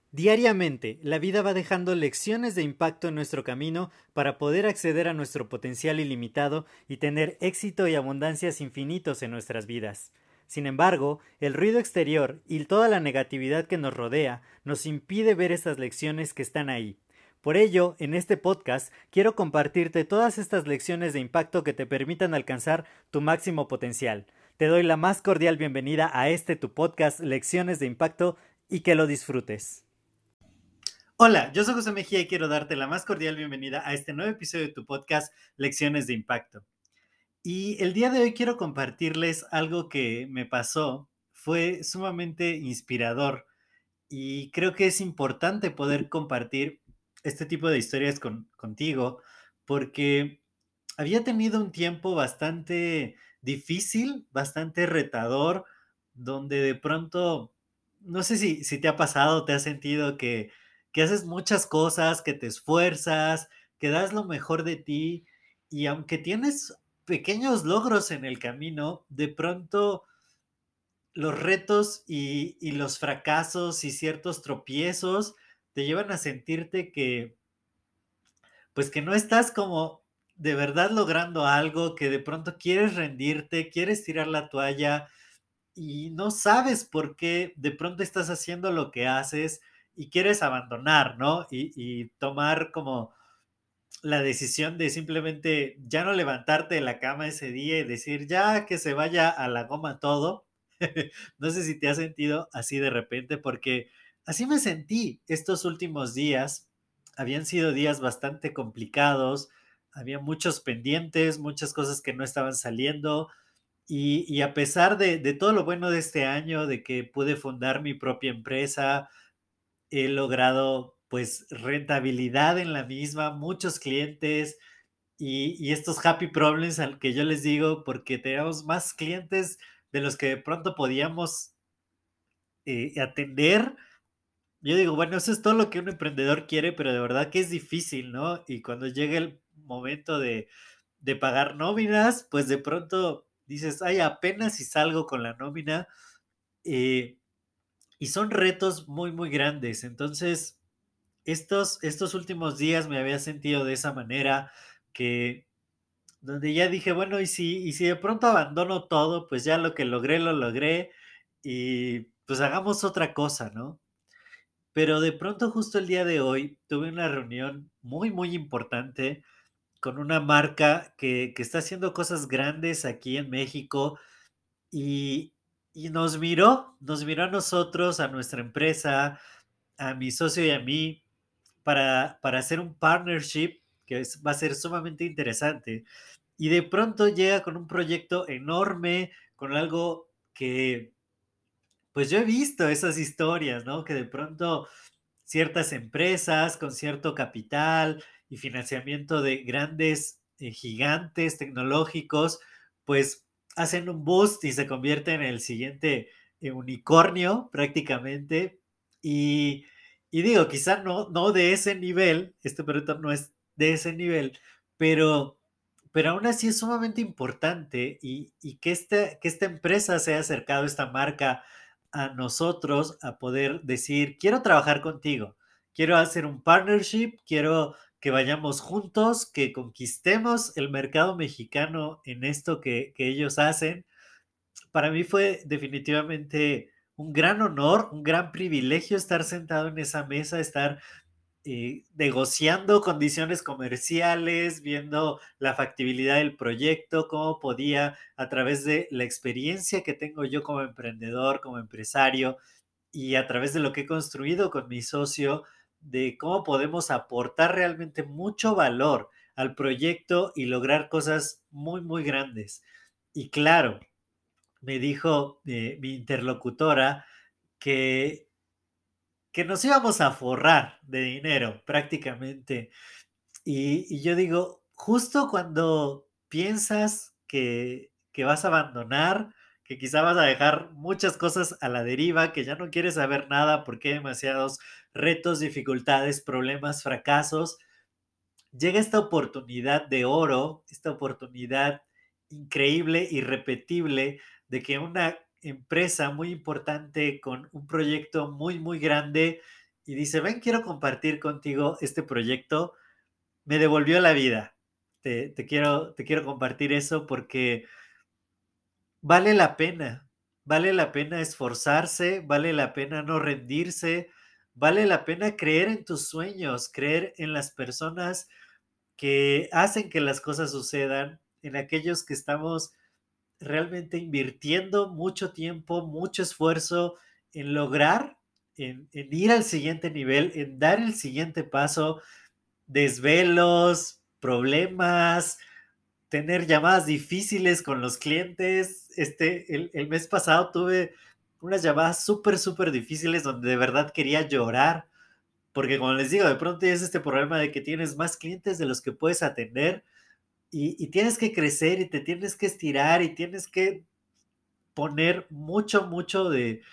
Diariamente, la vida va dejando lecciones de impacto en nuestro camino para poder acceder a nuestro potencial ilimitado y tener éxito y abundancias infinitos en nuestras vidas. Sin embargo, el ruido exterior y toda la negatividad que nos rodea nos impide ver estas lecciones que están ahí. Por ello, en este podcast quiero compartirte todas estas lecciones de impacto que te permitan alcanzar tu máximo potencial. Te doy la más cordial bienvenida a este tu podcast Lecciones de Impacto y que lo disfrutes. Hola, yo soy José Mejía y quiero darte la más cordial bienvenida a este nuevo episodio de tu podcast Lecciones de Impacto. Y el día de hoy quiero compartirles algo que me pasó. Fue sumamente inspirador y creo que es importante poder compartir este tipo de historias contigo porque había tenido un tiempo bastante difícil, bastante retador, donde de pronto, no sé si te ha pasado, te has sentido que haces muchas cosas, que te esfuerzas, que das lo mejor de ti, y aunque tienes pequeños logros en el camino, de pronto los retos y los fracasos y ciertos tropiezos te llevan a sentirte que, pues que no estás como de verdad logrando algo, que de pronto quieres rendirte, quieres tirar la toalla y no sabes por qué de pronto estás haciendo lo que haces y quieres abandonar, ¿no? Y tomar como la decisión de simplemente ya no levantarte de la cama ese día y decir ya que se vaya a la goma todo. No sé si te has sentido así de repente, porque así me sentí estos últimos días. Habían sido días bastante complicados, había muchos pendientes, muchas cosas que no estaban saliendo. Y a pesar de todo lo bueno de este año, de que pude fundar mi propia empresa, he logrado pues rentabilidad en la misma, muchos clientes y estos happy problems al que yo les digo, porque teníamos más clientes de los que de pronto podíamos atender. Yo digo, bueno, eso es todo lo que un emprendedor quiere, pero de verdad que es difícil, ¿no? Y cuando llega el momento de pagar nóminas, pues de pronto dices, ay, apenas si salgo con la nómina. eh, y son retos muy, muy grandes. Entonces, estos últimos días me había sentido de esa manera, que donde ya dije, bueno, y si de pronto abandono todo, pues ya lo que logré, lo logré y pues hagamos otra cosa, ¿no? Pero de pronto justo el día de hoy tuve una reunión muy, muy importante con una marca que está haciendo cosas grandes aquí en México y, y nos miró a nosotros, a nuestra empresa, a mi socio y a mí, para hacer un partnership que va a ser sumamente interesante. Y de pronto llega con un proyecto enorme, con algo que, pues yo he visto esas historias, ¿no? Que de pronto ciertas empresas con cierto capital y financiamiento de grandes gigantes tecnológicos, pues hacen un boost y se convierten en el siguiente unicornio prácticamente. Y, y digo, quizá no de ese nivel, este proyecto no es de ese nivel, pero, pero aún así es sumamente importante y que esta empresa se haya acercado a esta marca a nosotros a poder decir, quiero trabajar contigo, quiero hacer un partnership, quiero que vayamos juntos, que conquistemos el mercado mexicano en esto que ellos hacen. Para mí fue definitivamente un gran honor, un gran privilegio estar sentado en esa mesa, estar negociando condiciones comerciales, viendo la factibilidad del proyecto, cómo podía, a través de la experiencia que tengo yo como emprendedor, como empresario, y a través de lo que he construido con mi socio, de cómo podemos aportar realmente mucho valor al proyecto y lograr cosas muy, muy grandes. Y claro, me dijo mi interlocutora que, que nos íbamos a forrar de dinero prácticamente. Y yo digo, justo cuando piensas que vas a abandonar, que quizá vas a dejar muchas cosas a la deriva, que ya no quieres saber nada porque hay demasiados retos, dificultades, problemas, fracasos, llega esta oportunidad de oro, esta oportunidad increíble, irrepetible, de que una empresa muy importante con un proyecto muy, muy grande y dice, ven, quiero compartir contigo este proyecto, me devolvió la vida. Te quiero compartir eso porque vale la pena, vale la pena esforzarse, vale la pena no rendirse, vale la pena creer en tus sueños, creer en las personas que hacen que las cosas sucedan, en aquellos que estamos realmente invirtiendo mucho tiempo, mucho esfuerzo en lograr, en ir al siguiente nivel, en dar el siguiente paso, desvelos, problemas, tener llamadas difíciles con los clientes. El mes pasado tuve unas llamadas súper, súper difíciles donde de verdad quería llorar, porque como les digo, de pronto es este problema de que tienes más clientes de los que puedes atender y tienes que crecer y te tienes que estirar y tienes que poner mucho, mucho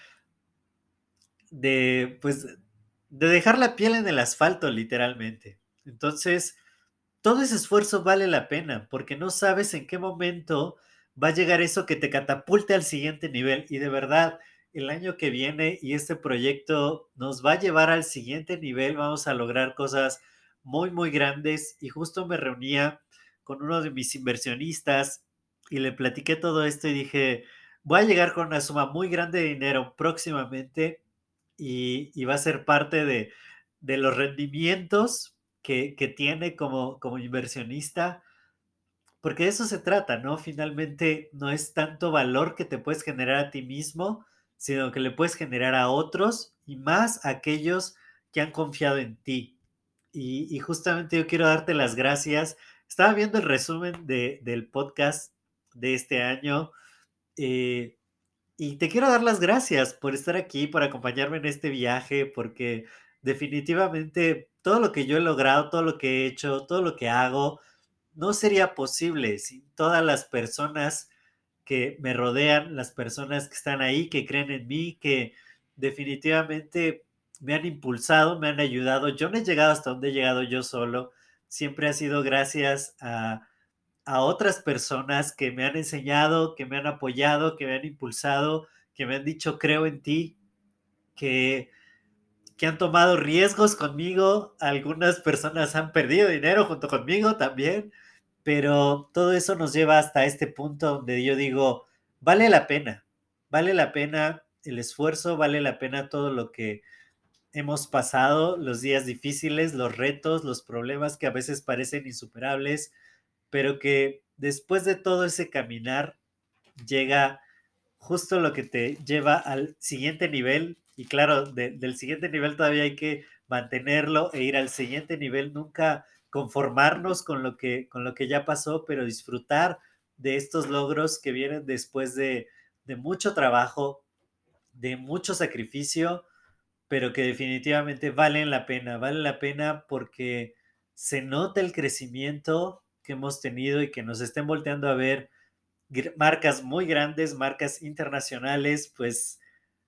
pues, de dejar la piel en el asfalto, literalmente. Entonces, todo ese esfuerzo vale la pena, porque no sabes en qué momento va a llegar eso que te catapulte al siguiente nivel. Y de verdad, el año que viene y este proyecto nos va a llevar al siguiente nivel, vamos a lograr cosas muy, muy grandes. Y justo me reunía con uno de mis inversionistas y le platiqué todo esto y dije, voy a llegar con una suma muy grande de dinero próximamente y va a ser parte de los rendimientos que tiene como inversionista, porque de eso se trata, ¿no? Finalmente no es tanto valor que te puedes generar a ti mismo, sino que le puedes generar a otros y más a aquellos que han confiado en ti. Y justamente yo quiero darte las gracias. Estaba viendo el resumen del podcast de este año. eh, y te quiero dar las gracias por estar aquí, por acompañarme en este viaje, porque definitivamente todo lo que yo he logrado, todo lo que he hecho, todo lo que hago, no sería posible sin todas las personas que me rodean, las personas que están ahí, que creen en mí, que definitivamente me han impulsado, me han ayudado. Yo no he llegado hasta donde he llegado yo solo. Siempre ha sido gracias a otras personas que me han enseñado, que me han apoyado, que me han impulsado, que me han dicho creo en ti, que, que han tomado riesgos conmigo. Algunas personas han perdido dinero junto conmigo también, pero todo eso nos lleva hasta este punto donde yo digo, vale la pena el esfuerzo, vale la pena todo lo que hemos pasado, los días difíciles, los retos, los problemas que a veces parecen insuperables, pero que después de todo ese caminar llega justo lo que te lleva al siguiente nivel. Y claro, del siguiente nivel todavía hay que mantenerlo e ir al siguiente nivel, nunca conformarnos con lo que ya pasó, pero disfrutar de estos logros que vienen después de mucho trabajo, de mucho sacrificio, pero que definitivamente valen la pena porque se nota el crecimiento que hemos tenido y que nos estén volteando a ver marcas muy grandes, marcas internacionales, pues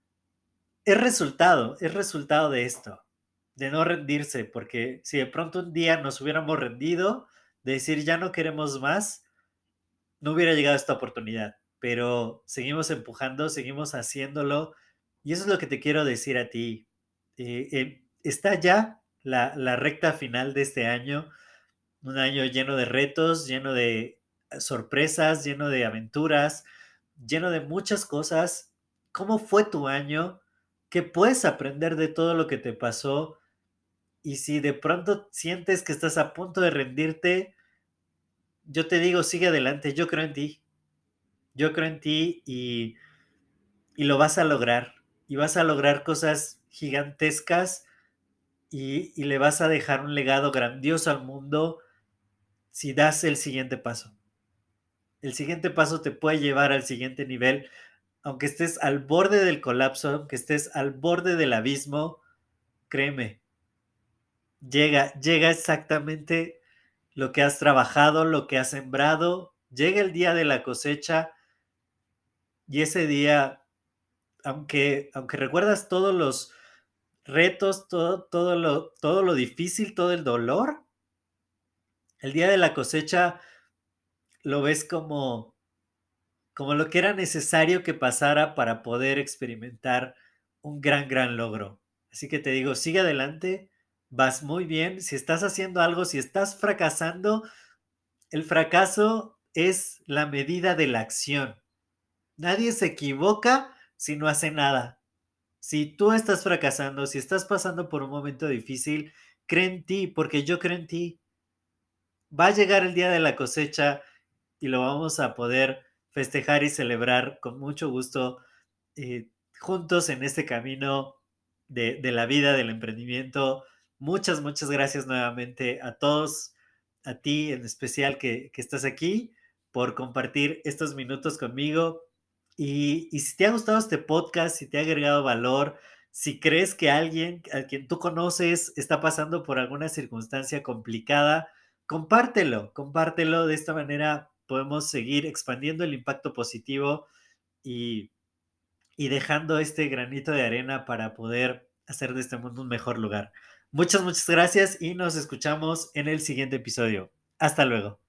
es resultado de esto, de no rendirse, porque si de pronto un día nos hubiéramos rendido, de decir ya no queremos más, no hubiera llegado esta oportunidad, pero seguimos empujando, seguimos haciéndolo, y eso es lo que te quiero decir a ti. Está ya la recta final de este año, un año lleno de retos, lleno de sorpresas, lleno de aventuras, lleno de muchas cosas. ¿Cómo fue tu año? ¿Qué puedes aprender de todo lo que te pasó? Y si de pronto sientes que estás a punto de rendirte, yo te digo, sigue adelante, yo creo en ti. Yo creo en ti y lo vas a lograr. Y vas a lograr cosas gigantescas y le vas a dejar un legado grandioso al mundo si das el siguiente paso. El siguiente paso te puede llevar al siguiente nivel, aunque estés al borde del colapso, aunque estés al borde del abismo, créeme, llega exactamente lo que has trabajado, lo que has sembrado, llega el día de la cosecha y ese día, aunque recuerdas todos los retos, todo lo difícil, todo el dolor, el día de la cosecha lo ves como lo que era necesario que pasara para poder experimentar un gran, gran logro. Así que te digo, sigue adelante, vas muy bien. Si estás haciendo algo, si estás fracasando, el fracaso es la medida de la acción. Nadie se equivoca si no hace nada. Si tú estás fracasando, si estás pasando por un momento difícil, cree en ti, porque yo creo en ti. Va a llegar el día de la cosecha y lo vamos a poder festejar y celebrar con mucho gusto juntos en este camino de la vida, del emprendimiento. Muchas, muchas gracias nuevamente a todos, a ti en especial que estás aquí, por compartir estos minutos conmigo. Y si te ha gustado este podcast, si te ha agregado valor, si crees que alguien a quien tú conoces está pasando por alguna circunstancia complicada, compártelo, compártelo. De esta manera podemos seguir expandiendo el impacto positivo y y dejando este granito de arena para poder hacer de este mundo un mejor lugar. Muchas, muchas gracias y nos escuchamos en el siguiente episodio. Hasta luego.